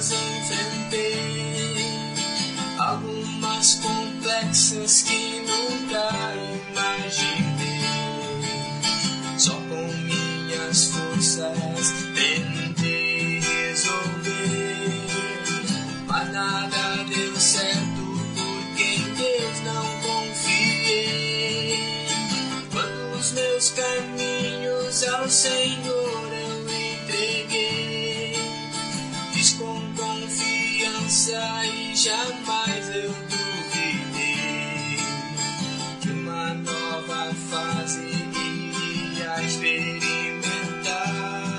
lutas enfrentei, algumas complexas que nunca imaginei. Só com minhas forças tentei resolver, mas nada deu certo porque em Deus não confiei. Quando os meus caminhos ao Senhor eu entreguei, fiz com confiança e jamais eu duvidei que uma nova fase iria experimentar,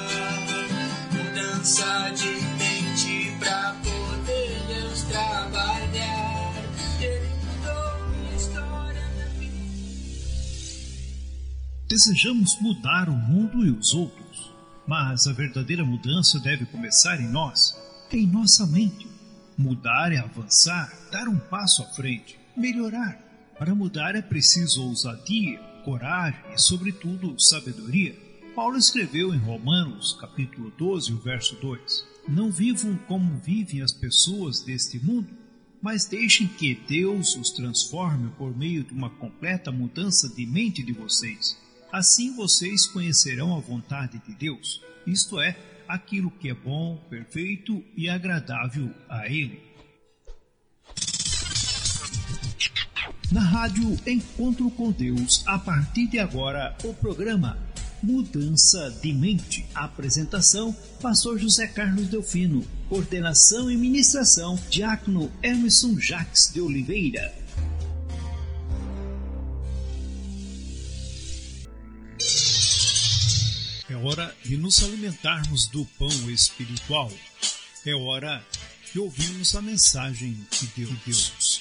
mudança de mente pra poder Deus trabalhar. Ele mudou minha história na vida. Desejamos mudar o mundo e os outros, mas a verdadeira mudança deve começar em nós, em nossa mente. Mudar é avançar, dar um passo à frente, melhorar. Para mudar é preciso ousadia, coragem e, sobretudo, sabedoria. Paulo escreveu em Romanos, capítulo 12, o verso 2: Não vivam como vivem as pessoas deste mundo, mas deixem que Deus os transforme por meio de uma completa mudança de mente de vocês. Assim vocês conhecerão a vontade de Deus, isto é, aquilo que é bom, perfeito e agradável a Ele. Na rádio Encontro com Deus, a partir de agora, o programa Mudança de Mente. Apresentação, Pastor José Carlos Delfino. Coordenação e ministração, Diácono Emerson Jacques de Oliveira. É hora de nos alimentarmos do pão espiritual. É hora de ouvirmos a mensagem de Deus.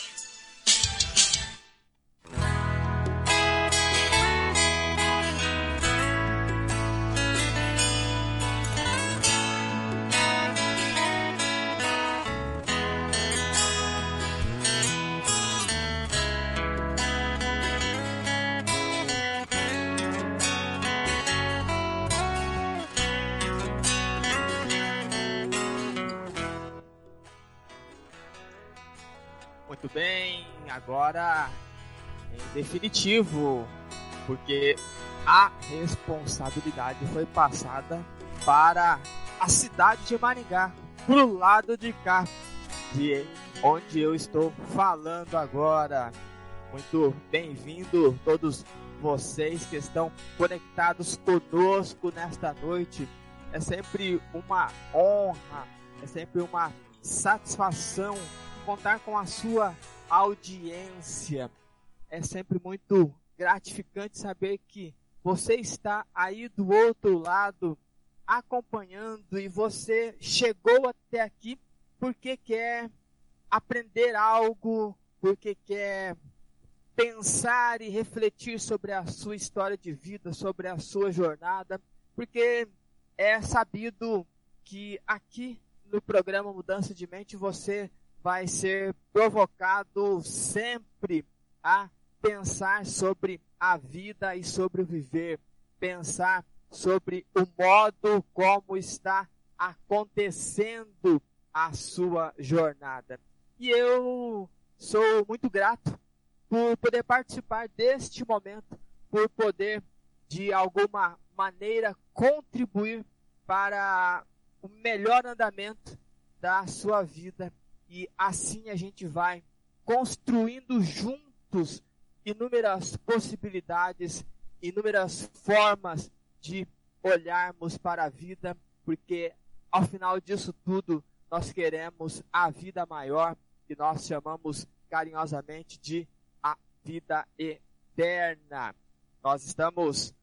Muito bem, agora em definitivo, porque a responsabilidade foi passada para a cidade de Maringá, pro lado de cá, de onde eu estou falando agora. Muito bem-vindo todos vocês que estão conectados conosco nesta noite. É sempre uma honra, é sempre uma satisfação contar com a sua audiência. É sempre muito gratificante saber que você está aí do outro lado acompanhando e você chegou até aqui porque quer aprender algo, porque quer pensar e refletir sobre a sua história de vida, sobre a sua jornada, porque é sabido que aqui no programa Mudança de Mente você vai ser provocado sempre a pensar sobre a vida e sobre o viver, pensar sobre o modo como está acontecendo a sua jornada. E eu sou muito grato por poder participar deste momento, por poder, de alguma maneira, contribuir para o melhor andamento da sua vida. E assim a gente vai construindo juntos inúmeras possibilidades, inúmeras formas de olharmos para a vida, porque ao final disso tudo nós queremos a vida maior, que nós chamamos carinhosamente de a vida eterna. Nós estamos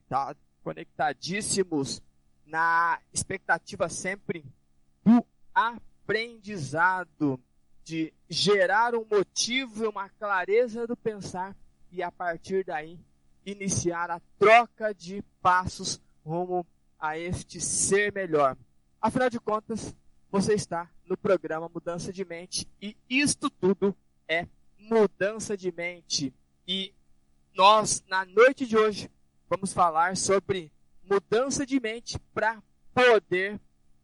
conectadíssimos na expectativa sempre do aprendizado, de gerar um motivo e uma clareza do pensar e a partir daí iniciar a troca de passos rumo a este ser melhor. Afinal de contas, você está no programa Mudança de Mente e isto tudo é mudança de mente. E nós, na noite de hoje, vamos falar sobre mudança de mente para poder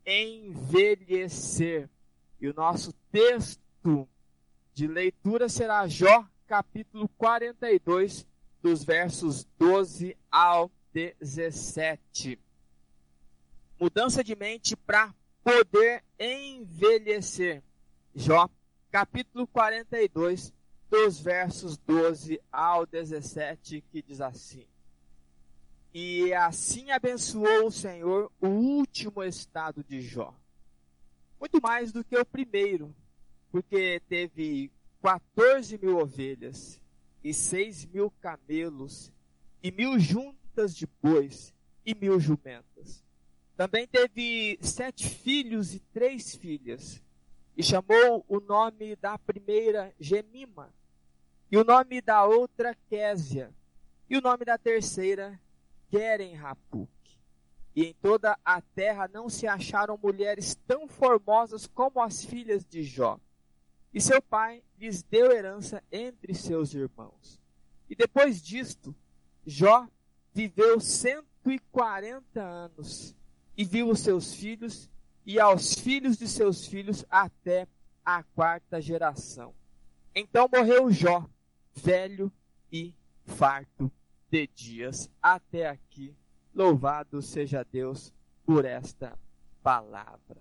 envelhecer. E o nosso texto de leitura será Jó, capítulo 42, dos versos 12 ao 17. Mudança de mente para poder envelhecer. Jó, capítulo 42, dos versos 12 ao 17, que diz assim: E assim abençoou o Senhor o último estado de Jó, muito mais do que o primeiro, porque teve 14.000 ovelhas, e 6.000 camelos, e 1.000 juntas de bois, e 1.000 jumentas. Também teve 7 filhos e 3 filhas, e chamou o nome da primeira Gemima, e o nome da outra Késia, e o nome da terceira Queren-Hapuc. E em toda a terra não se acharam mulheres tão formosas como as filhas de Jó. E seu pai lhes deu herança entre seus irmãos. E depois disto, Jó viveu 140 anos, e viu os seus filhos, e aos filhos de seus filhos até a 4ª geração. Então morreu Jó, velho e farto de dias. Até aqui, louvado seja Deus por esta palavra.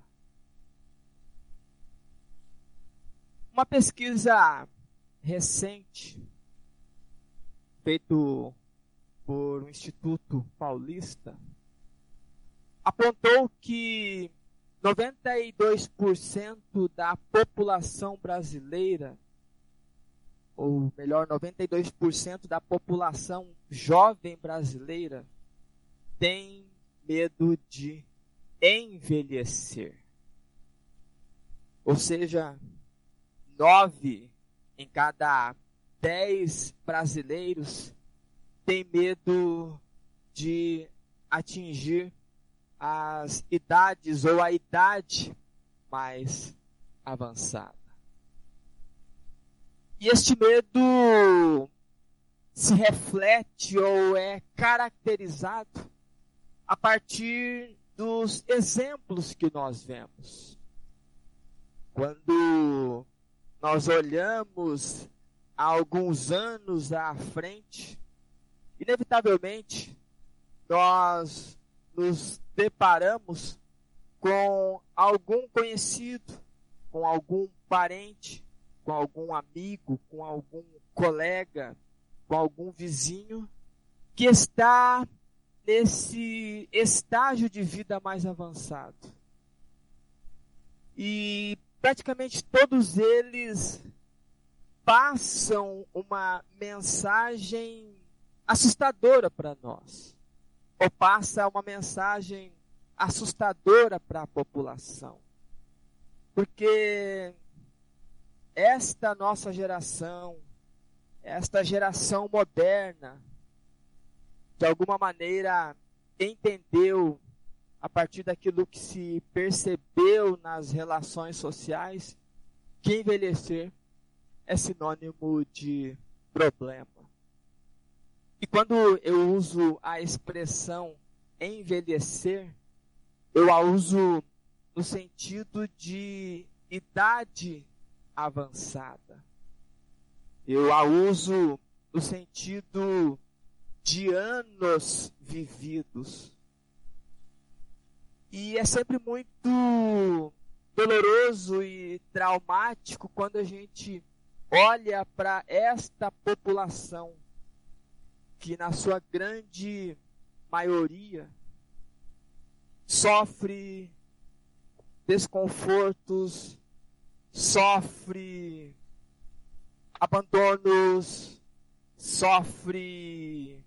Uma pesquisa recente, feita por um Instituto Paulista, apontou que 92% da população brasileira, ou melhor, 92% da população jovem brasileira, tem medo de envelhecer. Ou seja, 9 em cada 10 brasileiros tem medo de atingir as idades ou a idade mais avançada. E este medo se reflete ou é caracterizado a partir dos exemplos que nós vemos. Quando nós olhamos há alguns anos à frente, inevitavelmente nós nos deparamos com algum conhecido, com algum parente, com algum amigo, com algum colega, com algum vizinho que está nesse estágio de vida mais avançado. E praticamente todos eles passam uma mensagem assustadora para nós, ou passa uma mensagem assustadora para a população. Porque esta nossa geração, esta geração moderna, de alguma maneira entendeu, a partir daquilo que se percebeu nas relações sociais, que envelhecer é sinônimo de problema. E quando eu uso a expressão envelhecer, eu a uso no sentido de idade avançada. Eu a uso no sentido de anos vividos. E é sempre muito doloroso e traumático quando a gente olha para esta população que, na sua grande maioria, sofre desconfortos, sofre abandonos, sofre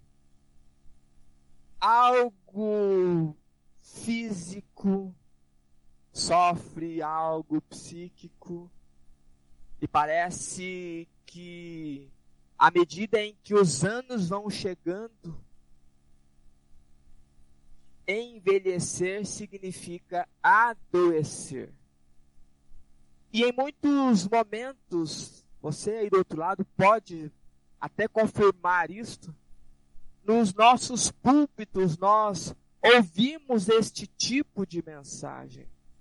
algo físico, sofre algo psíquico, e parece que à medida em que os anos vão chegando, envelhecer significa adoecer. E em muitos momentos, você aí do outro lado pode até confirmar isto, nos nossos púlpitos nós ouvimos este tipo de mensagem.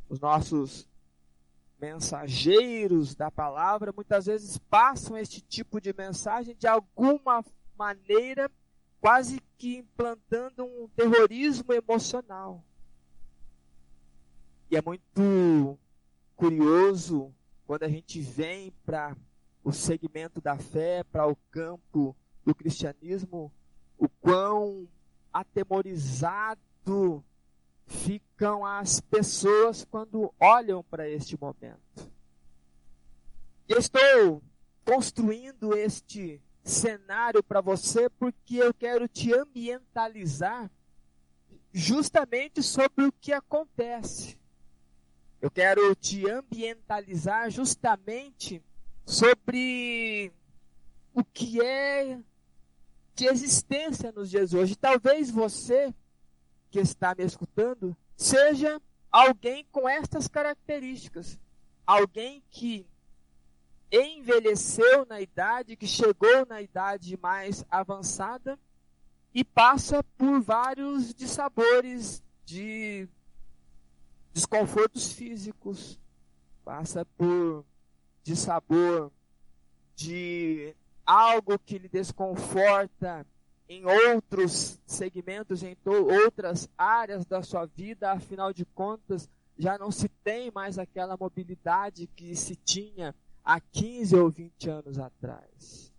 Os nossos mensageiros da palavra muitas vezes passam este tipo de mensagem de alguma maneira, quase que implantando um terrorismo emocional. E é muito curioso quando a gente vem para o segmento da fé, para o campo do cristianismo, o quão atemorizado ficam as pessoas quando olham para este momento. Eu estou construindo este cenário para você porque eu quero te ambientalizar justamente sobre o que acontece. Eu quero te ambientalizar justamente sobre o que é de existência nos dias de hoje. Talvez você que está me escutando seja alguém com estas características. Alguém que envelheceu na idade, que chegou na idade mais avançada e passa por vários dissabores de desconfortos físicos, passa por dissabor de algo que lhe desconforta em outros segmentos, em outras áreas da sua vida. Afinal de contas, já não se tem mais aquela mobilidade que se tinha há 15 ou 20 anos atrás.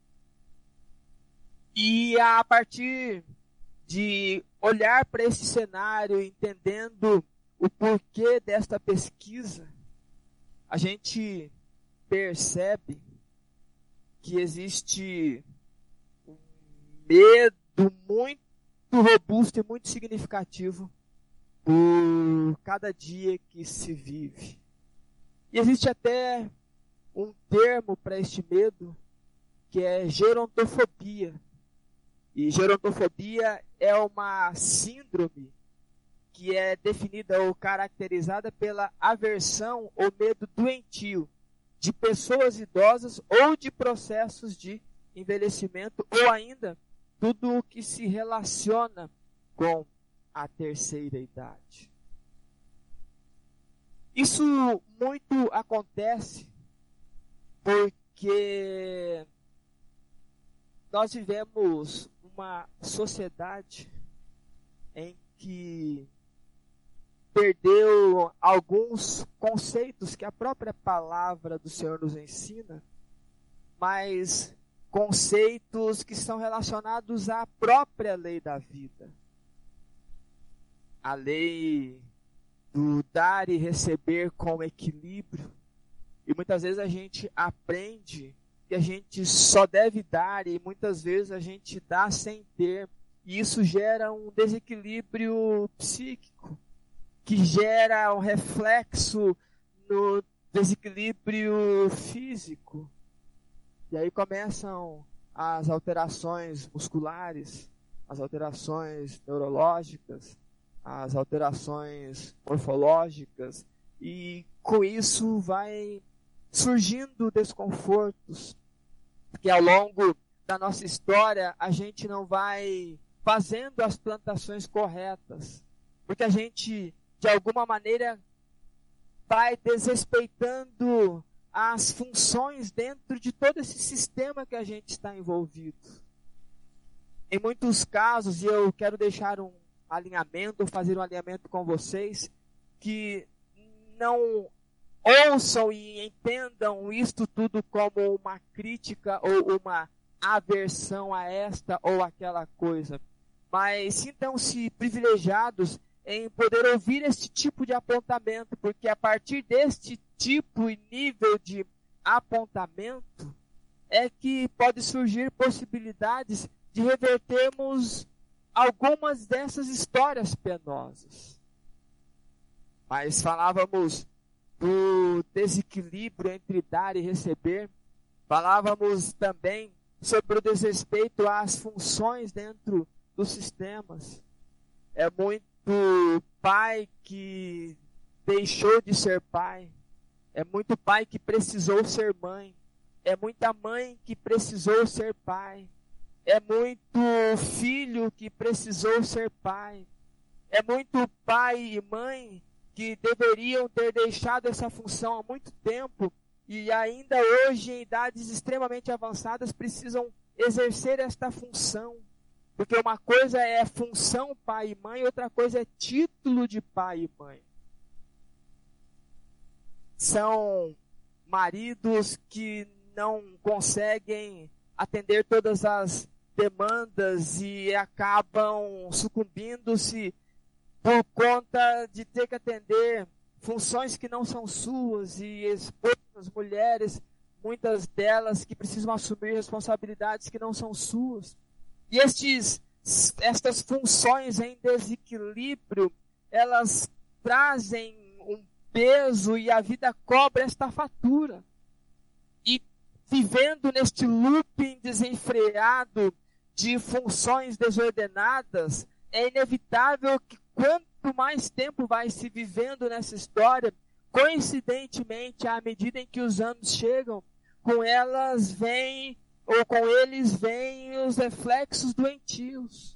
E a partir de olhar para esse cenário, entendendo o porquê desta pesquisa, a gente percebe que existe um medo muito robusto e muito significativo por cada dia que se vive. E existe até um termo para este medo, que é gerontofobia. E gerontofobia é uma síndrome que é definida ou caracterizada pela aversão ou medo doentio de pessoas idosas ou de processos de envelhecimento, ou ainda tudo o que se relaciona com a terceira idade. Isso muito acontece porque nós vivemos uma sociedade em que perdeu alguns conceitos que a própria palavra do Senhor nos ensina, mas conceitos que são relacionados à própria lei da vida. A lei do dar e receber com equilíbrio. E muitas vezes a gente aprende que a gente só deve dar e muitas vezes a gente dá sem ter. E isso gera um desequilíbrio psíquico, que gera um reflexo no desequilíbrio físico. E aí começam as alterações musculares, as alterações neurológicas, as alterações morfológicas, e com isso vai surgindo desconfortos, porque ao longo da nossa história a gente não vai fazendo as plantações corretas, porque a gente de alguma maneira vai desrespeitando as funções dentro de todo esse sistema que a gente está envolvido. Em muitos casos, e eu quero deixar um alinhamento, fazer um alinhamento com vocês, que não ouçam e entendam isto tudo como uma crítica ou uma aversão a esta ou aquela coisa, mas sintam-se privilegiados em poder ouvir este tipo de apontamento, porque a partir deste tipo e nível de apontamento é que pode surgir possibilidades de revertermos algumas dessas histórias penosas. Mas falávamos do desequilíbrio entre dar e receber, falávamos também sobre o desrespeito às funções dentro dos sistemas. É muito pai que deixou de ser pai, é muito pai que precisou ser mãe, é muita mãe que precisou ser pai, é muito filho que precisou ser pai, é muito pai e mãe que deveriam ter deixado essa função há muito tempo e ainda hoje, em idades extremamente avançadas, precisam exercer esta função. Porque uma coisa é função pai e mãe, outra coisa é título de pai e mãe. São maridos que não conseguem atender todas as demandas e acabam sucumbindo-se por conta de ter que atender funções que não são suas e esposas, mulheres, muitas delas que precisam assumir responsabilidades que não são suas. E estas funções em desequilíbrio, elas trazem um peso e a vida cobra esta fatura. E vivendo neste looping desenfreado de funções desordenadas, é inevitável que quanto mais tempo vai se vivendo nessa história, coincidentemente, à medida em que os anos chegam, com elas vêm, ou com eles vêm os reflexos doentios.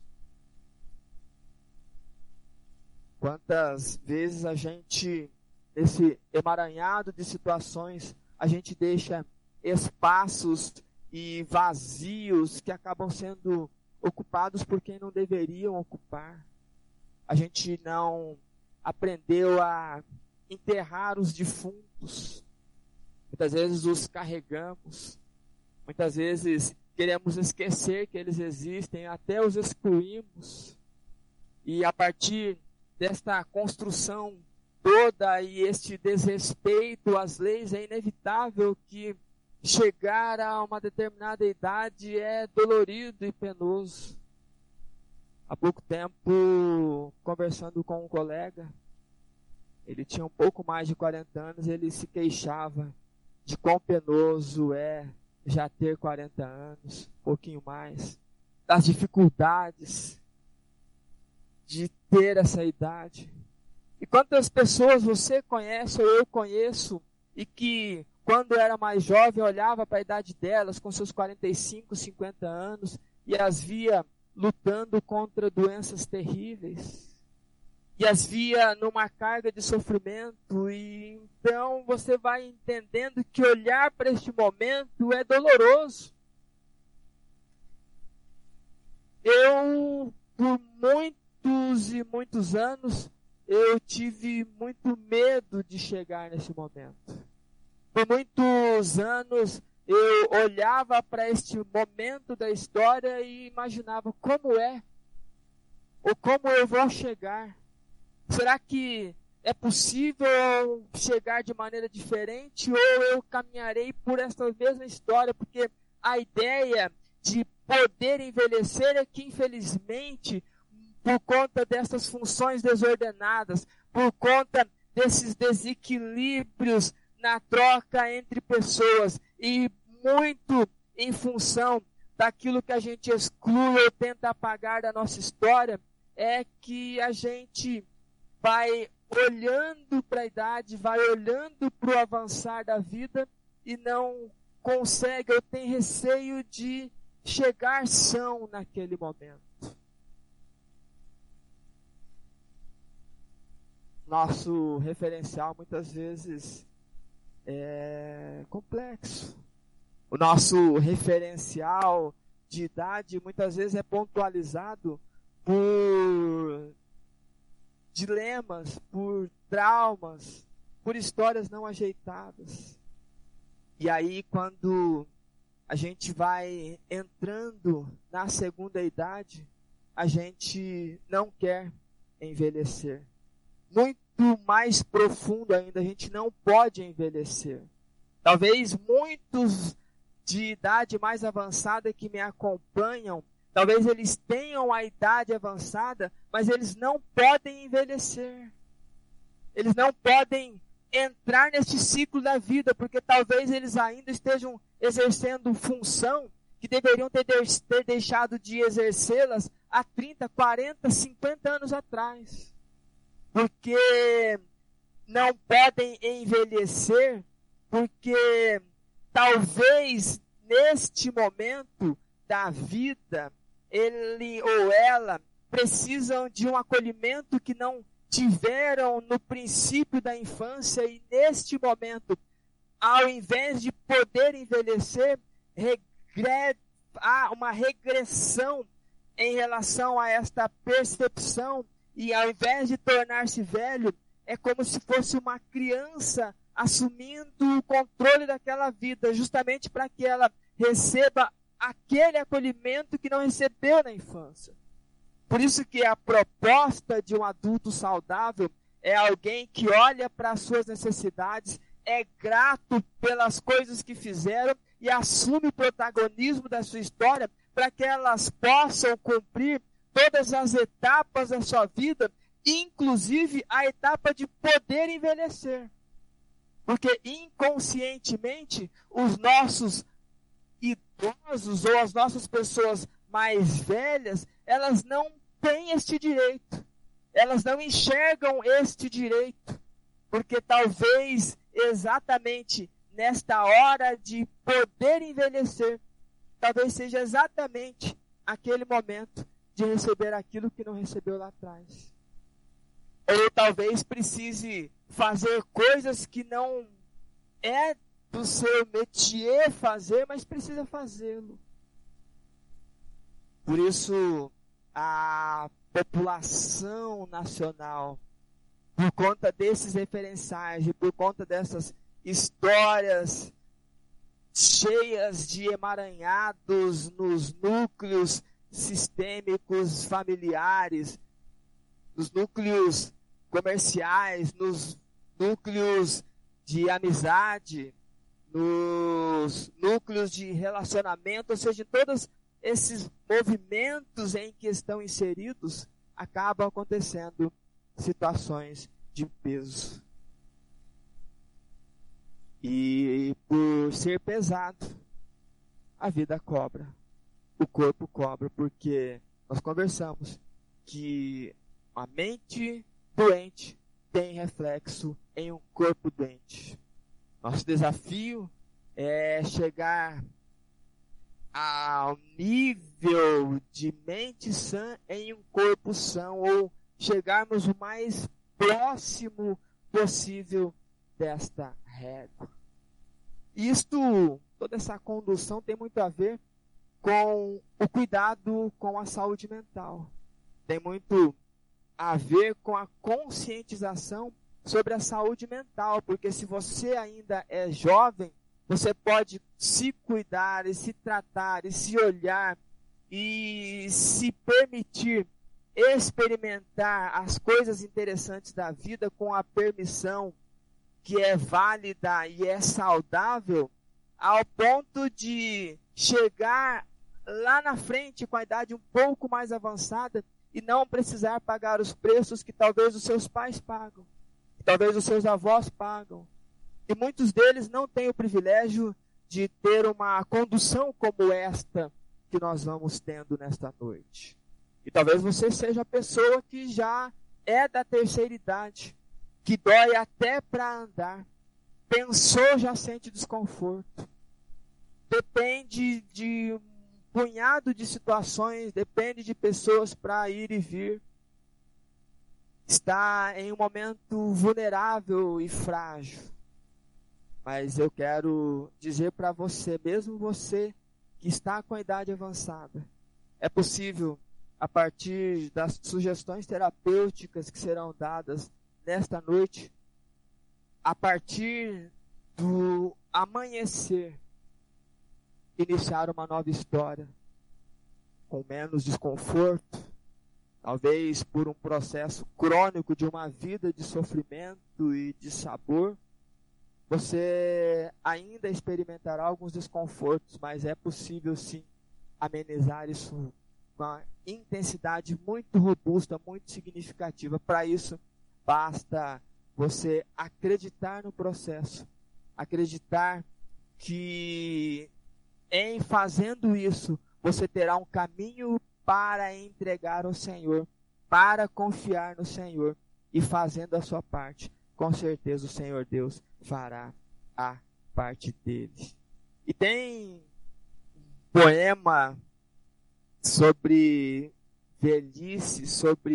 Quantas vezes a gente, nesse emaranhado de situações, a gente deixa espaços e vazios que acabam sendo ocupados por quem não deveriam ocupar. A gente não aprendeu a enterrar os defuntos. Muitas vezes os carregamos. Muitas vezes queremos esquecer que eles existem, até os excluímos. E a partir desta construção toda e este desrespeito às leis, é inevitável que chegar a uma determinada idade é dolorido e penoso. Há pouco tempo, conversando com um colega, ele tinha um pouco mais de 40 anos, ele se queixava de quão penoso é já ter 40 anos, um pouquinho mais, das dificuldades de ter essa idade. E quantas pessoas você conhece ou eu conheço e que quando era mais jovem olhava para a idade delas com seus 45, 50 anos e as via lutando contra doenças terríveis e as via numa carga de sofrimento, e então você vai entendendo que olhar para este momento é doloroso. Eu, por muitos e muitos anos, eu tive muito medo de chegar nesse momento. Por muitos anos, eu olhava para este momento da história e imaginava como é, ou como eu vou chegar. Será que é possível chegar de maneira diferente, ou eu caminharei por esta mesma história? Porque a ideia de poder envelhecer é que, infelizmente, por conta dessas funções desordenadas, por conta desses desequilíbrios na troca entre pessoas, e muito em função daquilo que a gente exclui ou tenta apagar da nossa história, é que a gente vai olhando para a idade, vai olhando para o avançar da vida e não consegue ou tem receio de chegar são naquele momento. Nosso referencial muitas vezes é complexo. O nosso referencial de idade muitas vezes é pontualizado por dilemas, por traumas, por histórias não ajeitadas. E aí, quando a gente vai entrando na segunda idade, a gente não quer envelhecer. Muito mais profundo ainda, a gente não pode envelhecer. Talvez muitos de idade mais avançada que me acompanham, talvez eles tenham a idade avançada, mas eles não podem envelhecer. Eles não podem entrar neste ciclo da vida, porque talvez eles ainda estejam exercendo função que deveriam ter deixado de exercê-las há 30, 40, 50 anos atrás. Porque não podem envelhecer, porque talvez neste momento da vida, ele ou ela precisam de um acolhimento que não tiveram no princípio da infância e neste momento, ao invés de poder envelhecer, há uma regressão em relação a esta percepção, e ao invés de tornar-se velho, é como se fosse uma criança assumindo o controle daquela vida, justamente para que ela receba aquele acolhimento que não recebeu na infância. Por isso que a proposta de um adulto saudável é alguém que olha para as suas necessidades, é grato pelas coisas que fizeram e assume o protagonismo da sua história para que elas possam cumprir todas as etapas da sua vida, inclusive a etapa de poder envelhecer. Porque inconscientemente os nossos idosos ou as nossas pessoas mais velhas, elas não têm este direito. Elas não enxergam este direito. Porque talvez exatamente nesta hora de poder envelhecer, talvez seja exatamente aquele momento de receber aquilo que não recebeu lá atrás. Ou talvez precise fazer coisas que não é do seu métier fazer, mas precisa fazê-lo. Por isso, a população nacional, por conta desses referenciais e por conta dessas histórias cheias de emaranhados nos núcleos sistêmicos familiares, nos núcleos comerciais, nos núcleos de amizade, nos núcleos de relacionamento, ou seja, todos esses movimentos em que estão inseridos, acabam acontecendo situações de peso. E por ser pesado, a vida cobra, o corpo cobra, porque nós conversamos que a mente doente tem reflexo em um corpo doente. Nosso desafio é chegar ao nível de mente sã em um corpo são, ou chegarmos o mais próximo possível desta régua. Toda essa condução tem muito a ver com o cuidado com a saúde mental. Tem muito a ver com a conscientização sobre a saúde mental, porque se você ainda é jovem, você pode se cuidar e se tratar e se olhar e se permitir experimentar as coisas interessantes da vida com a permissão que é válida e é saudável, ao ponto de chegar lá na frente com a idade um pouco mais avançada e não precisar pagar os preços que talvez os seus pais pagam, que talvez os seus avós pagam. E muitos deles não têm o privilégio de ter uma condução como esta que nós vamos tendo nesta noite. E talvez você seja a pessoa que já é da terceira idade, que dói até para andar, pensou, já sente desconforto. Depende de um punhado de situações, depende de pessoas para ir e vir. Está em um momento vulnerável e frágil. Mas eu quero dizer para você, mesmo você que está com a idade avançada, é possível, a partir das sugestões terapêuticas que serão dadas nesta noite, a partir do amanhecer, iniciar uma nova história, com menos desconforto, talvez por um processo crônico de uma vida de sofrimento e de sabor. Você ainda experimentará alguns desconfortos, mas é possível sim amenizar isso com uma intensidade muito robusta, muito significativa. Para isso, basta você acreditar no processo, acreditar que em fazendo isso, você terá um caminho para entregar ao Senhor, para confiar no Senhor, e fazendo a sua parte, com certeza o Senhor Deus fará a parte dele. E tem um poema sobre velhice, sobre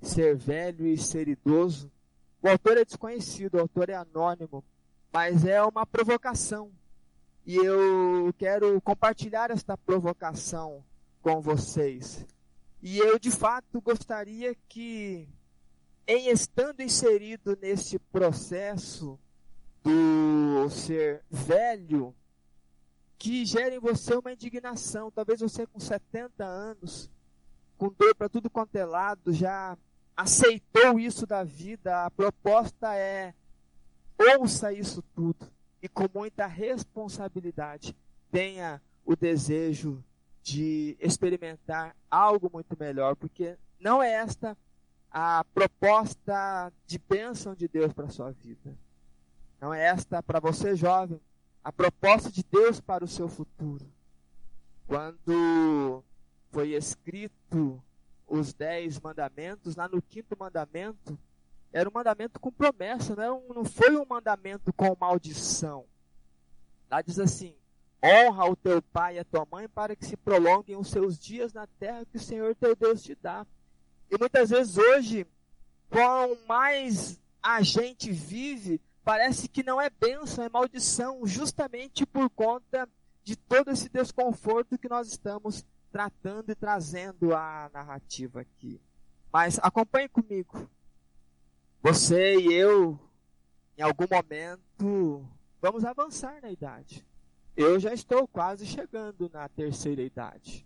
ser velho e ser idoso. O autor é desconhecido, o autor é anônimo, mas é uma provocação. E eu quero compartilhar esta provocação com vocês. E eu, de fato, gostaria que, estando inserido nesse processo do ser velho, que gere em você uma indignação. Talvez você com 70 anos, com dor para tudo quanto é lado, já aceitou isso da vida. A proposta é: ouça isso tudo e com muita responsabilidade tenha o desejo de experimentar algo muito melhor, porque não é esta a proposta de bênção de Deus para a sua vida. Não é esta, para você jovem, a proposta de Deus para o seu futuro. Quando foi escrito os 10 mandamentos, lá no 5º mandamento, era um mandamento com promessa, não foi um mandamento com maldição. Lá diz assim: honra o teu pai e a tua mãe para que se prolonguem os seus dias na terra que o Senhor teu Deus te dá. E muitas vezes hoje, quanto mais a gente vive, parece que não é bênção, é maldição, justamente por conta de todo esse desconforto que nós estamos tratando e trazendo a narrativa aqui. Mas acompanhe comigo. Você e eu, em algum momento, vamos avançar na idade. Eu já estou quase chegando na 3ª idade.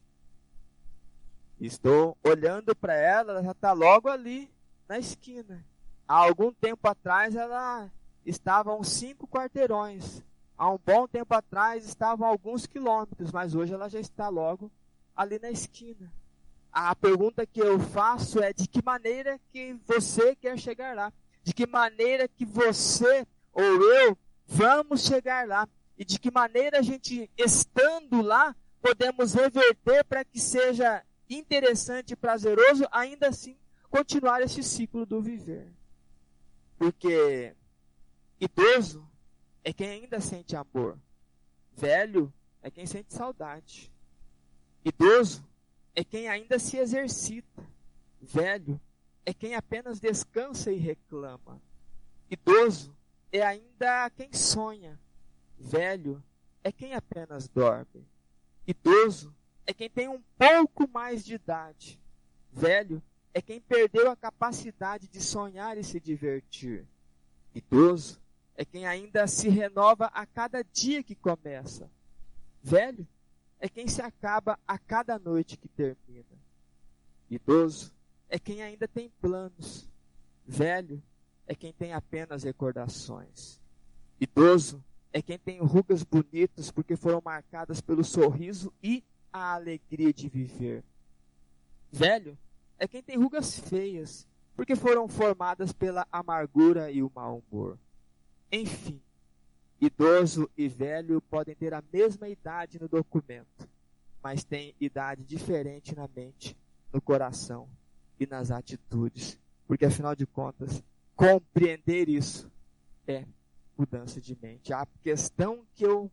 Estou olhando para ela, ela já está logo ali na esquina. Há algum tempo atrás ela estava a uns 5 quarteirões. Há um bom tempo atrás estava a alguns quilômetros, mas hoje ela já está logo ali na esquina. A pergunta que eu faço é: de que maneira que você quer chegar lá? De que maneira que você ou eu vamos chegar lá? E de que maneira a gente, estando lá, podemos reverter para que seja interessante e prazeroso, ainda assim, continuar esse ciclo do viver. Porque idoso é quem ainda sente amor. Velho é quem sente saudade. Idoso é quem ainda se exercita. Velho é quem apenas descansa e reclama. Idoso é ainda quem sonha. Velho é quem apenas dorme. Idoso é quem tem um pouco mais de idade. Velho é quem perdeu a capacidade de sonhar e se divertir. Idoso é quem ainda se renova a cada dia que começa. Velho é quem se acaba a cada noite que termina. Idoso é quem ainda tem planos. Velho é quem tem apenas recordações. Idoso é quem tem rugas bonitas porque foram marcadas pelo sorriso e a alegria de viver. Velho é quem tem rugas feias porque foram formadas pela amargura e o mau humor. Enfim, idoso e velho podem ter a mesma idade no documento, mas têm idade diferente na mente, no coração e nas atitudes. Porque, afinal de contas, compreender isso é mudança de mente. A questão que eu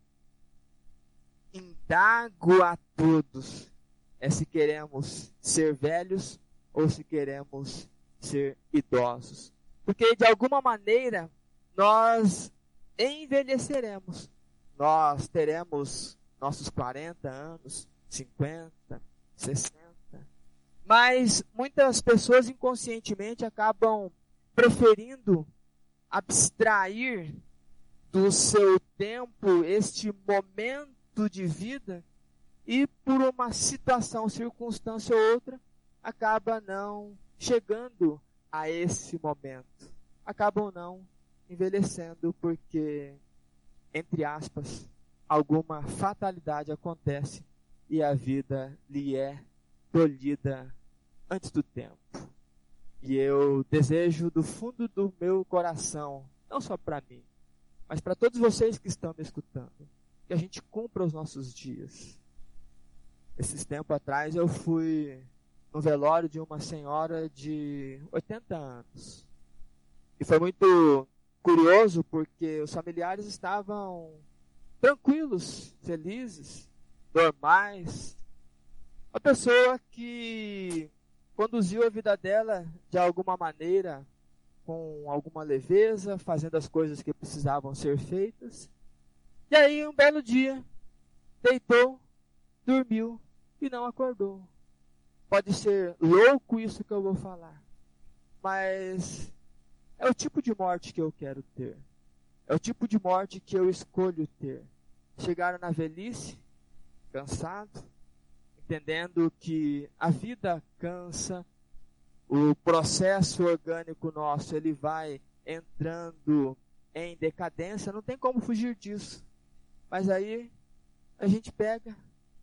indago a todos é se queremos ser velhos ou se queremos ser idosos. Porque, de alguma maneira, nós envelheceremos. Nós teremos nossos 40 anos, 50, 60. Mas muitas pessoas inconscientemente acabam preferindo abstrair do seu tempo este momento de vida e por uma situação, circunstância ou outra, acaba não chegando a esse momento. Acabam não envelhecendo porque, entre aspas, alguma fatalidade acontece e a vida lhe é tolhida antes do tempo. E eu desejo do fundo do meu coração, não só para mim, mas para todos vocês que estão me escutando, que a gente cumpra os nossos dias. Esses tempos atrás eu fui no velório de uma senhora de 80 anos. E foi muito curioso porque os familiares estavam tranquilos, felizes, normais. Uma pessoa que conduziu a vida dela de alguma maneira, com alguma leveza, fazendo as coisas que precisavam ser feitas. E aí, um belo dia, deitou, dormiu e não acordou. Pode ser louco isso que eu vou falar, mas é o tipo de morte que eu quero ter. É o tipo de morte que eu escolho ter. Chegar na velhice, cansado, entendendo que a vida cansa, o processo orgânico nosso ele vai entrando em decadência, não tem como fugir disso. Mas aí a gente pega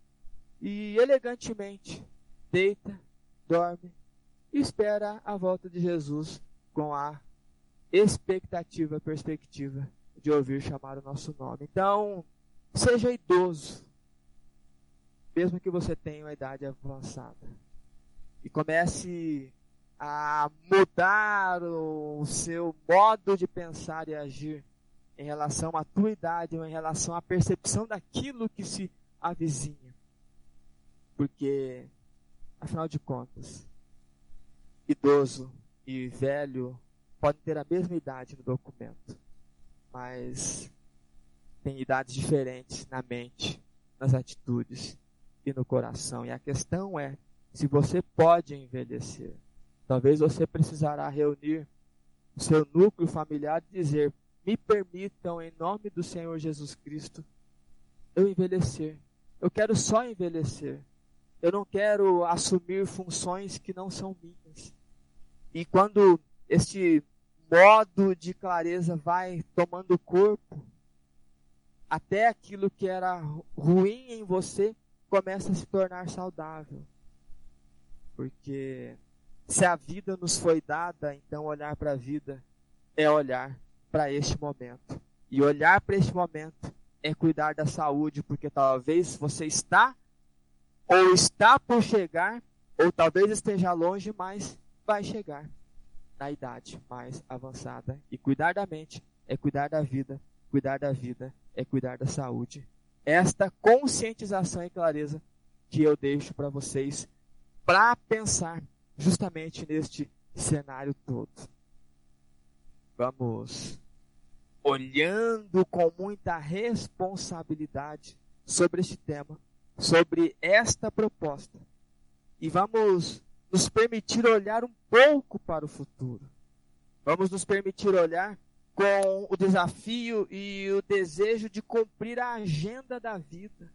e elegantemente deita, dorme e espera a volta de Jesus com a expectativa, perspectiva de ouvir chamar o nosso nome. Então, seja idoso, mesmo que você tenha uma idade avançada, e comece a mudar o seu modo de pensar e agir em relação à tua idade ou em relação à percepção daquilo que se avizinha. Porque, afinal de contas, idoso e velho podem ter a mesma idade no documento, mas tem idades diferentes na mente, nas atitudes e no coração. E a questão é se você pode envelhecer. Talvez você precisará reunir o seu núcleo familiar e dizer: me permitam, em nome do Senhor Jesus Cristo, eu envelhecer. Eu quero só envelhecer. Eu não quero assumir funções que não são minhas. E quando este modo de clareza vai tomando corpo, até aquilo que era ruim em você começa a se tornar saudável. Porque se a vida nos foi dada, então olhar para a vida é olhar para este momento. E olhar para este momento é cuidar da saúde, porque talvez você está ou está por chegar, ou talvez esteja longe, mas vai chegar na idade mais avançada. E cuidar da mente é cuidar da vida. Cuidar da vida é cuidar da saúde. Esta conscientização e clareza que eu deixo para vocês para pensar justamente neste cenário todo. Vamos olhando com muita responsabilidade sobre este tema, sobre esta proposta. E vamos nos permitir olhar um pouco para o futuro. Vamos nos permitir olhar com o desafio e o desejo de cumprir a agenda da vida.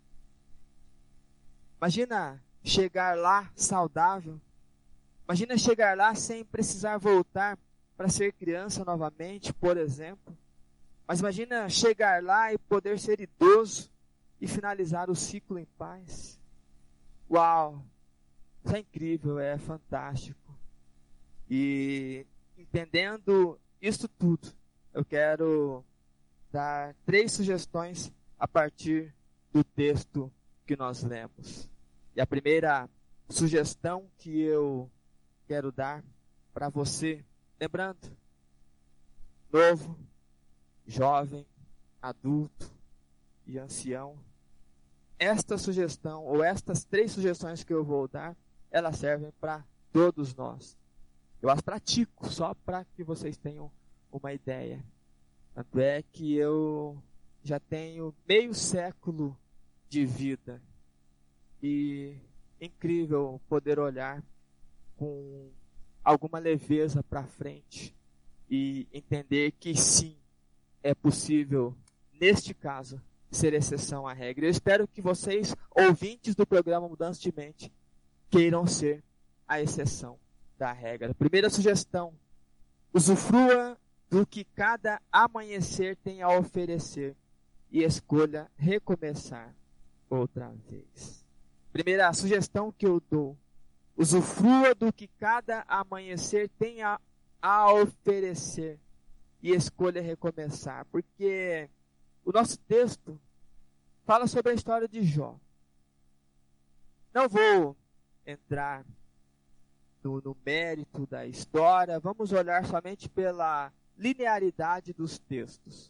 Imagina chegar lá saudável. Imagina chegar lá sem precisar voltar para ser criança novamente, por exemplo. Mas imagina chegar lá e poder ser idoso e finalizar o ciclo em paz. Uau! Isso é incrível, é fantástico. E entendendo isso tudo, eu quero dar 3 sugestões a partir do texto que nós lemos. E a primeira sugestão que eu quero dar para você, lembrando, novo, jovem, adulto e ancião, esta sugestão, ou estas 3 sugestões que eu vou dar, elas servem para todos nós. Eu as pratico só para que vocês tenham uma ideia. Tanto é que eu já tenho meio século de vida. E incrível poder olhar com alguma leveza para frente e entender que sim, é possível, neste caso, ser exceção à regra. Eu espero que vocês, ouvintes do programa Mudança de Mente, queiram ser a exceção da regra. Primeira sugestão: usufrua do que cada amanhecer tem a oferecer e escolha recomeçar outra vez. Primeira sugestão que eu dou: usufrua do que cada amanhecer tem a oferecer e escolha recomeçar. Porque o nosso texto fala sobre a história de Jó. Não vou entrar no mérito da história, vamos olhar somente pela linearidade dos textos.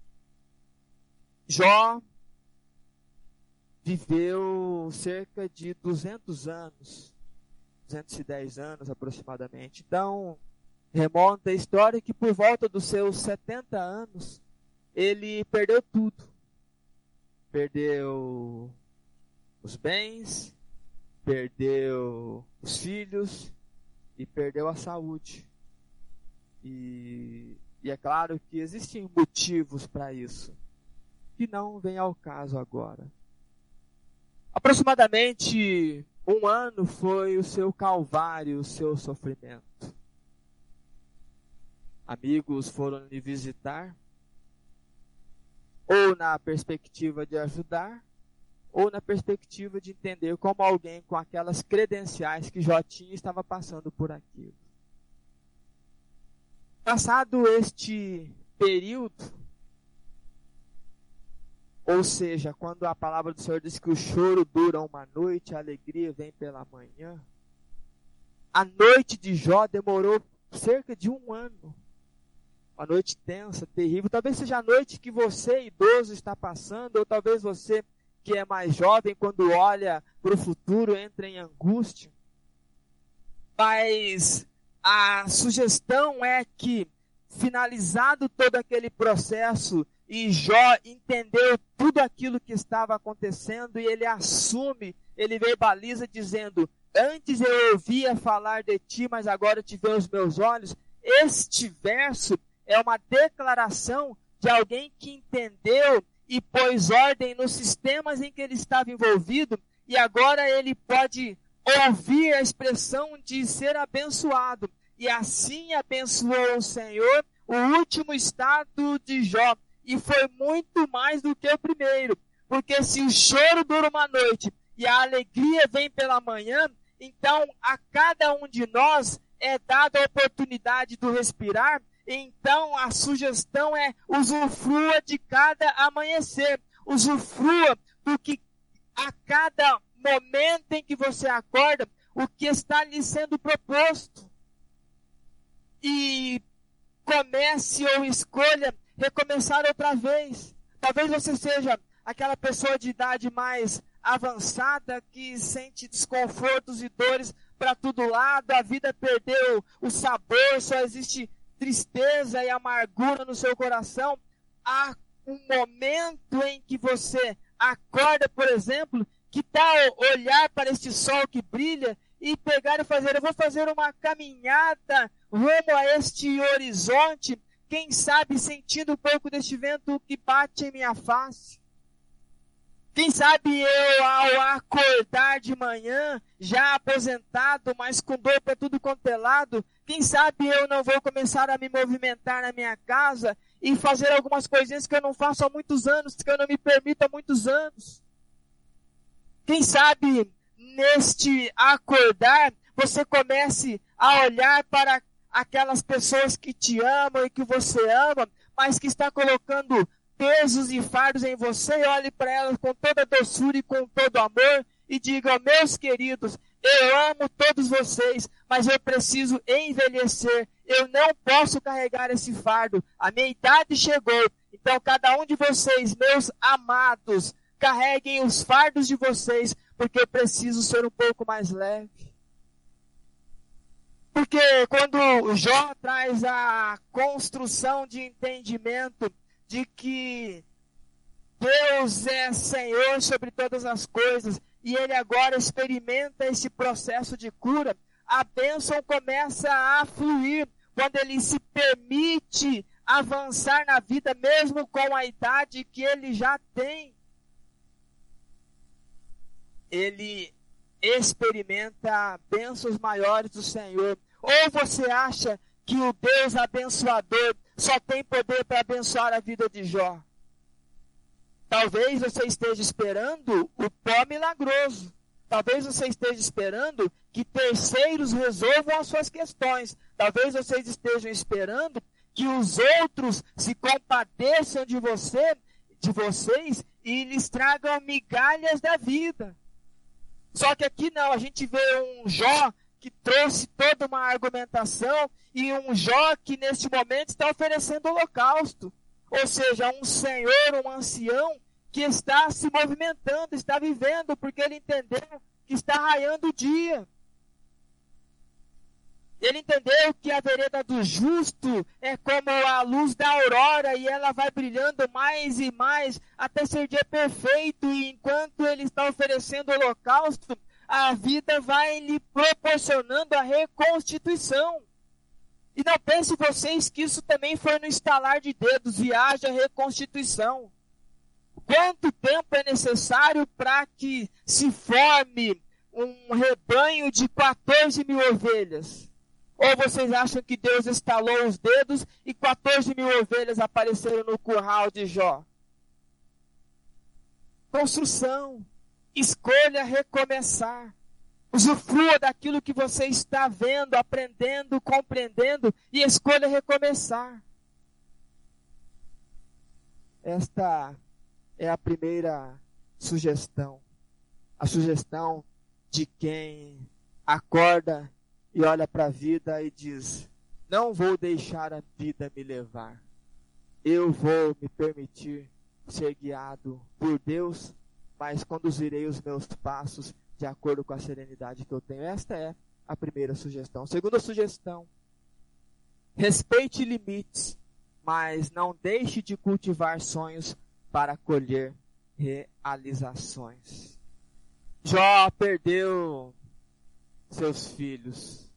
Jó viveu cerca de 200 anos 210 anos aproximadamente. Então, remonta a história que por volta dos seus 70 anos, ele perdeu tudo. Perdeu os bens, perdeu os filhos e perdeu a saúde. E é claro que existem motivos para isso, que não vem ao caso agora. Aproximadamente 1 ano foi o seu calvário, o seu sofrimento. Amigos foram lhe visitar, ou na perspectiva de ajudar, ou na perspectiva de entender como alguém com aquelas credenciais que Jó tinha estava passando por aquilo. Passado este período, ou seja, quando a palavra do Senhor diz que o choro dura uma noite, a alegria vem pela manhã, a noite de Jó demorou cerca de 1 ano. Uma noite tensa, terrível. Talvez seja a noite que você, idoso, está passando, ou talvez você, que é mais jovem, quando olha para o futuro, entra em angústia. Mas a sugestão é que, finalizado todo aquele processo, e Jó entendeu tudo aquilo que estava acontecendo, e ele assume, ele verbaliza dizendo: antes eu ouvia falar de ti, mas agora te vejo os meus olhos. Este verso é uma declaração de alguém que entendeu e pôs ordem nos sistemas em que ele estava envolvido, e agora ele pode ouvir a expressão de ser abençoado. E assim abençoou o Senhor o último estado de Jó. E foi muito mais do que o primeiro. Porque se o choro dura uma noite e a alegria vem pela manhã, então a cada um de nós é dada a oportunidade do respirar. Então a sugestão é: usufrua de cada amanhecer. Usufrua do que a cada momento em que você acorda, o que está lhe sendo proposto. E comece ou escolha recomeçar outra vez. Talvez você seja aquela pessoa de idade mais avançada que sente desconfortos e dores para todo lado, a vida perdeu o sabor, só existe tristeza e amargura no seu coração. Há um momento em que você acorda, por exemplo, que tal olhar para este sol que brilha e pegar e fazer: eu vou fazer uma caminhada rumo a este horizonte, quem sabe sentindo um pouco deste vento que bate em minha face. Quem sabe eu, ao acordar de manhã, já aposentado, mas com dor para tudo quanto é lado, quem sabe eu não vou começar a me movimentar na minha casa e fazer algumas coisinhas que eu não faço há muitos anos, que eu não me permito há muitos anos. Quem sabe neste acordar você comece a olhar para aquelas pessoas que te amam e que você ama, mas que está colocando pesos e fardos em você, e olhe para elas com toda doçura e com todo amor e diga: meus queridos, eu amo todos vocês, mas eu preciso envelhecer, eu não posso carregar esse fardo, a minha idade chegou, então cada um de vocês, meus amados, carreguem os fardos de vocês, porque eu preciso ser um pouco mais leve. Porque quando Jó traz a construção de entendimento de que Deus é Senhor sobre todas as coisas, e ele agora experimenta esse processo de cura, a bênção começa a fluir quando ele se permite avançar na vida, mesmo com a idade que ele já tem. Ele experimenta bênçãos maiores do Senhor. Ou você acha que o Deus abençoador só tem poder para abençoar a vida de Jó? Talvez você esteja esperando o pó milagroso. Talvez você esteja esperando que terceiros resolvam as suas questões. Talvez vocês estejam esperando que os outros se compadeçam de vocês e lhes tragam migalhas da vida. Só que aqui não, a gente vê um Jó que trouxe toda uma argumentação e um Jó que neste momento está oferecendo holocausto. Ou seja, um senhor, um ancião que está se movimentando, está vivendo, porque ele entendeu que está raiando o dia. Ele entendeu que a vereda do justo é como a luz da aurora e ela vai brilhando mais e mais até ser dia perfeito. E enquanto ele está oferecendo o holocausto, a vida vai lhe proporcionando a reconstituição. E não pense vocês que isso também foi no estalar de dedos, viaja a reconstituição. Quanto tempo é necessário para que se forme um rebanho de 14 mil ovelhas? Ou vocês acham que Deus estalou os dedos e 14 mil ovelhas apareceram no curral de Jó? Construção. Escolha recomeçar. Usufrua daquilo que você está vendo, aprendendo, compreendendo e escolha recomeçar. Esta é a primeira sugestão. A sugestão de quem acorda e olha para a vida e diz: não vou deixar a vida me levar. Eu vou me permitir ser guiado por Deus, mas conduzirei os meus passos de acordo com a serenidade que eu tenho. Esta é a primeira sugestão. Segunda sugestão: respeite limites, mas não deixe de cultivar sonhos para colher realizações. Jó perdeu seus filhos.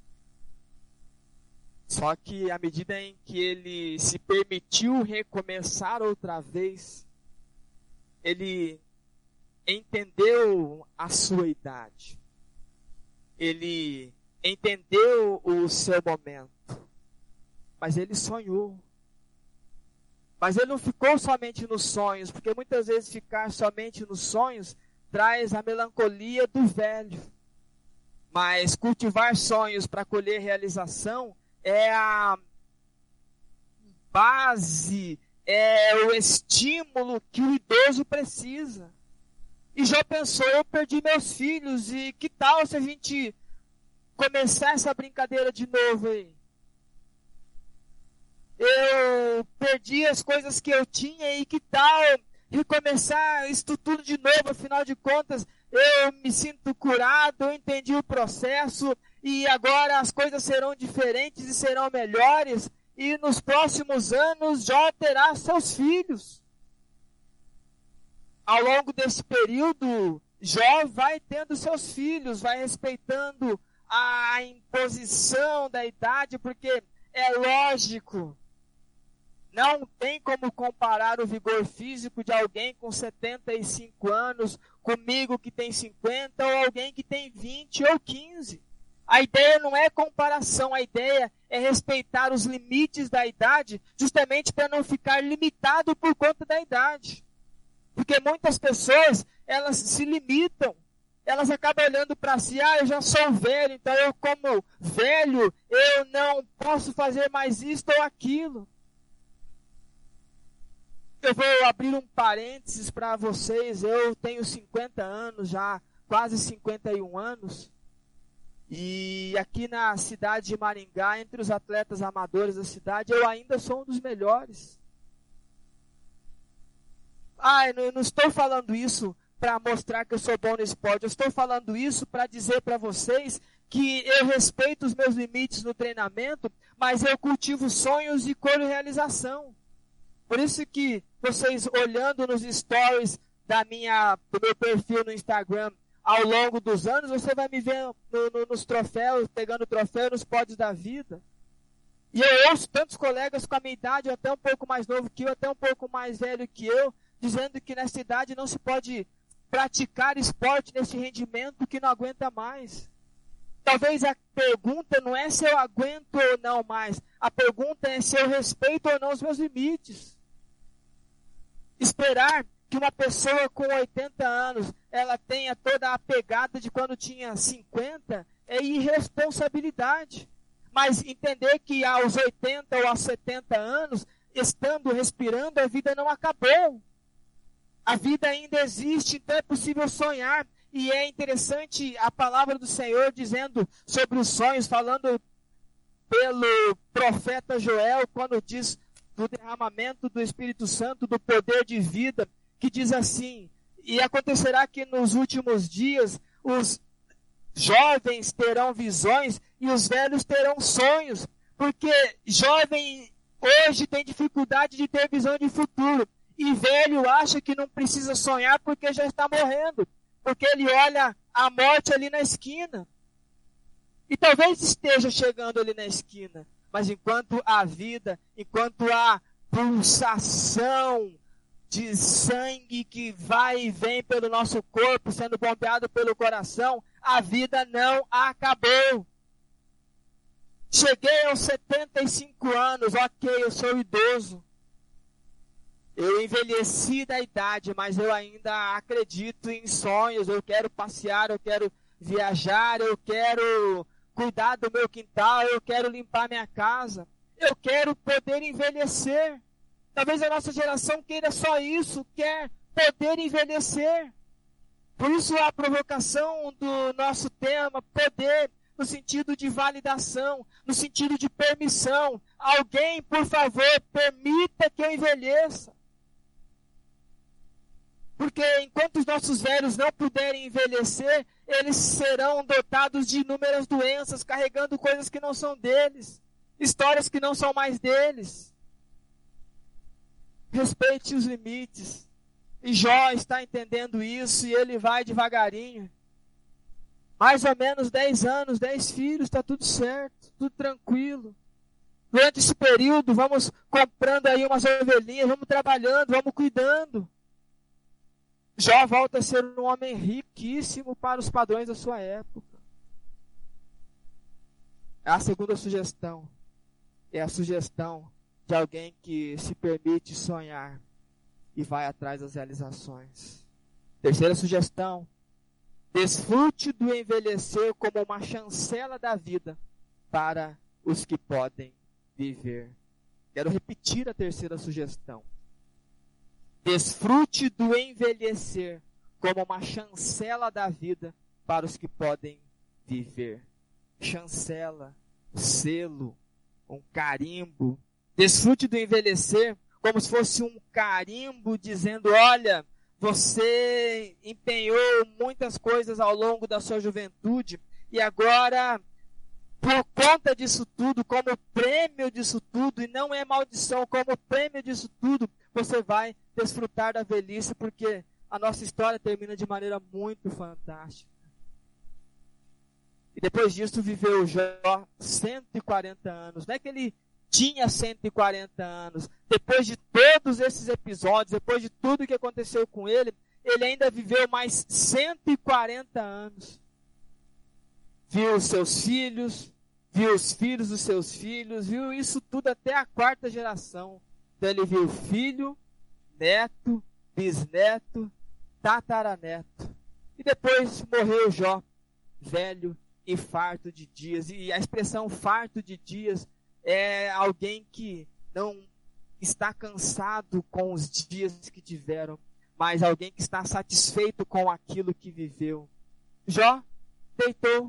Só que à medida em que ele se permitiu recomeçar outra vez, ele entendeu a sua idade. Ele entendeu o seu momento. Mas ele sonhou. Mas ele não ficou somente nos sonhos, porque muitas vezes ficar somente nos sonhos traz a melancolia do velho. Mas cultivar sonhos para colher realização é a base, é o estímulo que o idoso precisa. E Jó pensou: eu perdi meus filhos, e que tal se a gente começar essa brincadeira de novo aí? Eu perdi as coisas que eu tinha, e que tal recomeçar isso tudo de novo? Afinal de contas, eu me sinto curado, eu entendi o processo, e agora as coisas serão diferentes e serão melhores, e nos próximos anos Jó terá seus filhos. Ao longo desse período, Jó vai tendo seus filhos, vai respeitando a imposição da idade, porque é lógico, não tem como comparar o vigor físico de alguém com 75 anos comigo que tem 50 ou alguém que tem 20 ou 15. A ideia não é comparação, a ideia é respeitar os limites da idade, justamente para não ficar limitado por conta da idade. Porque muitas pessoas, elas se limitam, elas acabam olhando para si: eu já sou velho, então eu como velho, eu não posso fazer mais isto ou aquilo. Eu vou abrir um parênteses para vocês. Eu tenho 50 anos, já quase 51 anos. E aqui na cidade de Maringá, entre os atletas amadores da cidade, eu ainda sou um dos melhores. Eu não estou falando isso para mostrar que eu sou bom no esporte. Eu estou falando isso para dizer para vocês que eu respeito os meus limites no treinamento, mas eu cultivo sonhos e colho realização. Por isso que vocês, olhando nos stories do meu perfil no Instagram, ao longo dos anos, você vai me ver nos troféus, pegando troféu nos pódios da vida. E eu ouço tantos colegas com a minha idade, até um pouco mais novo que eu, até um pouco mais velho que eu, dizendo que nessa idade não se pode praticar esporte nesse rendimento que não aguenta mais. Talvez a pergunta não é se eu aguento ou não mais, a pergunta é se eu respeito ou não os meus limites. Esperar que uma pessoa com 80 anos, ela tenha toda a pegada de quando tinha 50, é irresponsabilidade. Mas entender que aos 80 ou aos 70 anos, estando respirando, a vida não acabou. A vida ainda existe, então é possível sonhar. E é interessante a palavra do Senhor dizendo sobre os sonhos, falando pelo profeta Joel, quando diz do derramamento do Espírito Santo, do poder de vida, que diz assim: e acontecerá que nos últimos dias os jovens terão visões e os velhos terão sonhos. Porque jovem hoje tem dificuldade de ter visão de futuro. E velho acha que não precisa sonhar porque já está morrendo. Porque ele olha a morte ali na esquina. E talvez esteja chegando ali na esquina. Mas enquanto há vida, enquanto há pulsação de sangue que vai e vem pelo nosso corpo, sendo bombeado pelo coração, a vida não acabou. Cheguei aos 75 anos, ok, eu sou idoso. Eu envelheci da idade, mas eu ainda acredito em sonhos. Eu quero passear, eu quero viajar, eu quero cuidar do meu quintal, eu quero limpar minha casa. Eu quero poder envelhecer. Talvez a nossa geração queira só isso, quer poder envelhecer. Por isso a provocação do nosso tema, poder, no sentido de validação, no sentido de permissão. Alguém, por favor, permita que eu envelheça. Porque enquanto os nossos velhos não puderem envelhecer, eles serão dotados de inúmeras doenças, carregando coisas que não são deles, histórias que não são mais deles. Respeite os limites. E Jó está entendendo isso e ele vai devagarinho. Mais ou menos 10 anos, 10 filhos, está tudo certo, tudo tranquilo. Durante esse período, vamos comprando aí umas ovelhinhas, vamos trabalhando, vamos cuidando. Jó volta a ser um homem riquíssimo para os padrões da sua época. A segunda sugestão é a sugestão de alguém que se permite sonhar e vai atrás das realizações. Terceira sugestão: desfrute do envelhecer como uma chancela da vida para os que podem viver. Quero repetir a terceira sugestão. Desfrute do envelhecer como uma chancela da vida para os que podem viver. Chancela, selo, um carimbo. Desfrute do envelhecer como se fosse um carimbo dizendo: olha, você empenhou muitas coisas ao longo da sua juventude e agora, por conta disso tudo, como prêmio disso tudo, e não é maldição, como prêmio disso tudo, você vai desfrutar da velhice, porque a nossa história termina de maneira muito fantástica. E depois disso viveu Jó 140 anos. Não é que ele tinha 140 anos. Depois de todos esses episódios, depois de tudo que aconteceu com ele, ele ainda viveu mais 140 anos. Viu os seus filhos, viu os filhos dos seus filhos, viu isso tudo até a quarta geração. Então ele viu filho, neto, bisneto, tataraneto. E depois morreu Jó, velho e farto de dias. E a expressão farto de dias é alguém que não está cansado com os dias que tiveram, mas alguém que está satisfeito com aquilo que viveu. Jó deitou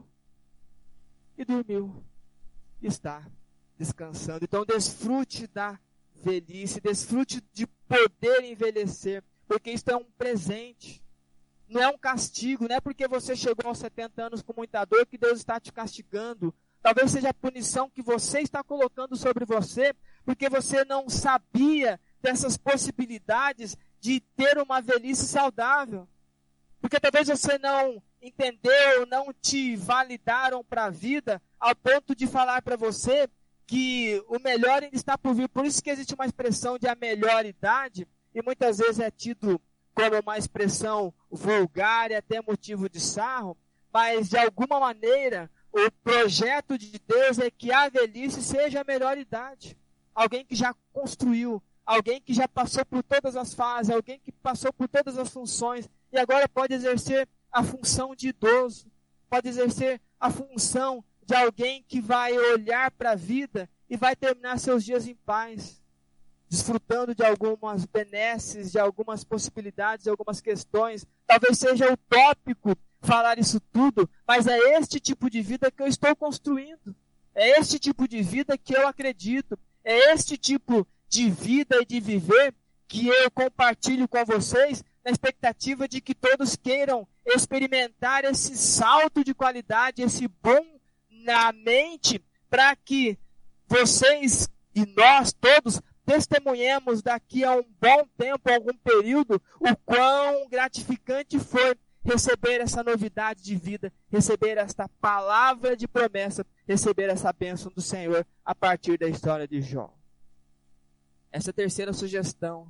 e dormiu. Está descansando. Então desfrute da velhice, desfrute de poder envelhecer, porque isso é um presente, não é um castigo. Não é porque você chegou aos 70 anos com muita dor que Deus está te castigando. Talvez seja a punição que você está colocando sobre você, porque você não sabia dessas possibilidades de ter uma velhice saudável. Porque talvez você não entendeu, não te validaram para a vida, ao ponto de falar para você que o melhor ainda está por vir. Por isso que existe uma expressão de a melhor idade, e muitas vezes é tido como uma expressão vulgar e até motivo de sarro, mas de alguma maneira o projeto de Deus é que a velhice seja a melhor idade. Alguém que já construiu, alguém que já passou por todas as fases, alguém que passou por todas as funções e agora pode exercer a função de idoso, pode exercer a função de alguém que vai olhar para a vida e vai terminar seus dias em paz, desfrutando de algumas benesses, de algumas possibilidades, de algumas questões. Talvez seja utópico falar isso tudo, mas é este tipo de vida que eu estou construindo, é este tipo de vida que eu acredito, é este tipo de vida e de viver que eu compartilho com vocês, na expectativa de que todos queiram experimentar esse salto de qualidade, esse boom na mente, para que vocês e nós todos testemunhemos daqui a um bom tempo, algum período, o quão gratificante foi receber essa novidade de vida, receber esta palavra de promessa, receber essa bênção do Senhor a partir da história de Jó. Essa terceira sugestão: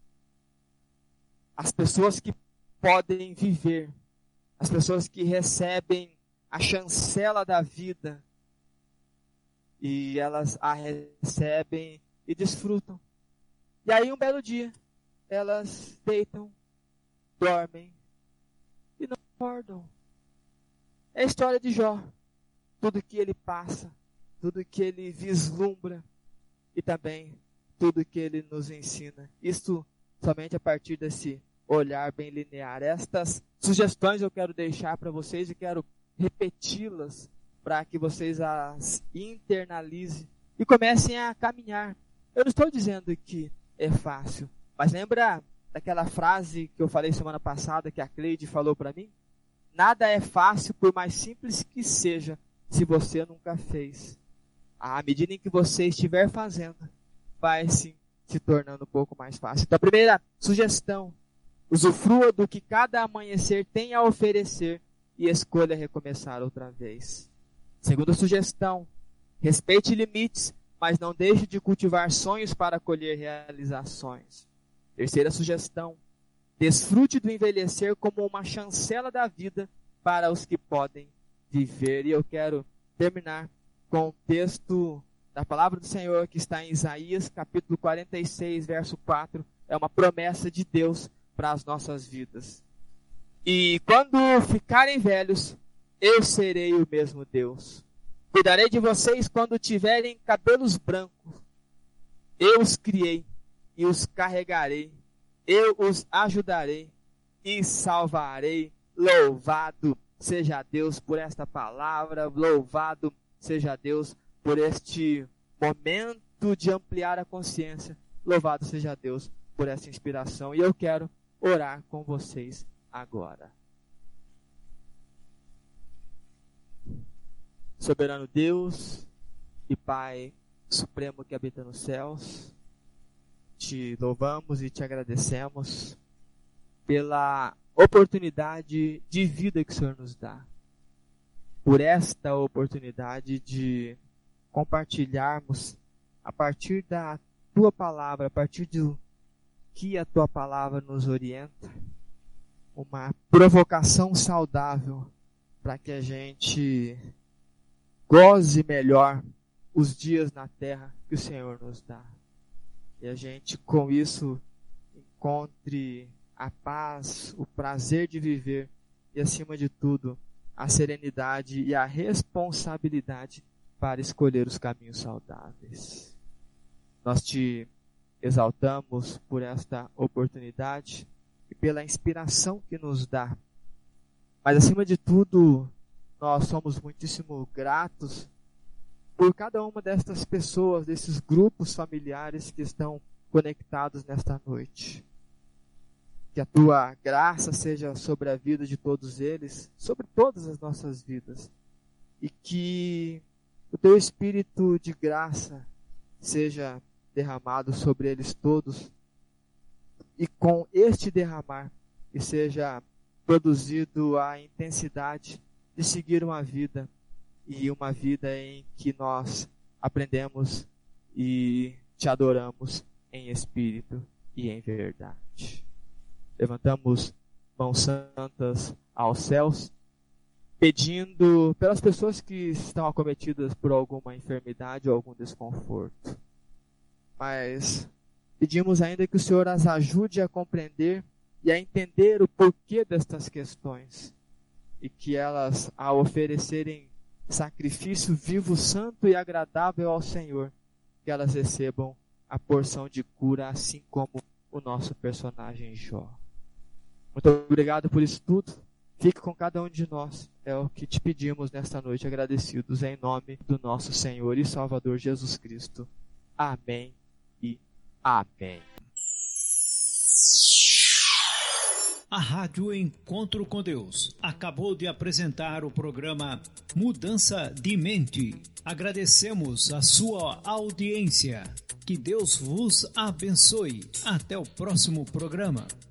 as pessoas que podem viver, as pessoas que recebem a chancela da vida, e elas a recebem e desfrutam. E aí um belo dia, elas deitam, dormem e não acordam. É a história de Jó. Tudo que ele passa, tudo que ele vislumbra e também tudo que ele nos ensina. Isto somente a partir desse olhar bem linear. Estas sugestões eu quero deixar para vocês e quero repeti-las para que vocês as internalizem e comecem a caminhar. Eu não estou dizendo que é fácil, mas lembra daquela frase que eu falei semana passada, que a Cleide falou para mim? Nada é fácil, por mais simples que seja, se você nunca fez. À medida em que você estiver fazendo, vai sim se tornando um pouco mais fácil. Então, a primeira sugestão: usufrua do que cada amanhecer tem a oferecer e escolha recomeçar outra vez. Segunda sugestão: respeite limites, mas não deixe de cultivar sonhos para colher realizações. Terceira sugestão: desfrute do envelhecer como uma chancela da vida para os que podem viver. E eu quero terminar com o texto da palavra do Senhor que está em Isaías, capítulo 46, verso 4. É uma promessa de Deus para as nossas vidas. E quando ficarem velhos, eu serei o mesmo Deus. Cuidarei de vocês quando tiverem cabelos brancos. Eu os criei e os carregarei. Eu os ajudarei e salvarei. Louvado seja Deus por esta palavra. Louvado seja Deus por este momento de ampliar a consciência. Louvado seja Deus por essa inspiração. E eu quero orar com vocês agora. Soberano Deus e Pai Supremo que habita nos céus, te louvamos e te agradecemos pela oportunidade de vida que o Senhor nos dá, por esta oportunidade de compartilharmos a partir da Tua Palavra, a partir do que a Tua Palavra nos orienta, uma provocação saudável para que a gente goze melhor os dias na terra que o Senhor nos dá. E a gente, com isso, encontre a paz, o prazer de viver e, acima de tudo, a serenidade e a responsabilidade para escolher os caminhos saudáveis. Nós te exaltamos por esta oportunidade e pela inspiração que nos dá. Mas, acima de tudo, nós somos muitíssimo gratos por cada uma destas pessoas, desses grupos familiares que estão conectados nesta noite. Que a Tua graça seja sobre a vida de todos eles, sobre todas as nossas vidas. E que o Teu Espírito de graça seja derramado sobre eles todos. E com este derramar, que seja produzido a intensidade de seguir uma vida, e uma vida em que nós aprendemos e te adoramos em espírito e em verdade. Levantamos mãos santas aos céus, pedindo pelas pessoas que estão acometidas por alguma enfermidade ou algum desconforto. Mas pedimos ainda que o Senhor as ajude a compreender e a entender o porquê destas questões, e que elas, ao oferecerem sacrifício vivo, santo e agradável ao Senhor, que elas recebam a porção de cura, assim como o nosso personagem Jó. Muito obrigado por isso tudo. Fique com cada um de nós. É o que te pedimos nesta noite, agradecidos em nome do nosso Senhor e Salvador Jesus Cristo. Amém e amém. A Rádio Encontro com Deus acabou de apresentar o programa Mudança de Mente. Agradecemos a sua audiência. Que Deus vos abençoe. Até o próximo programa.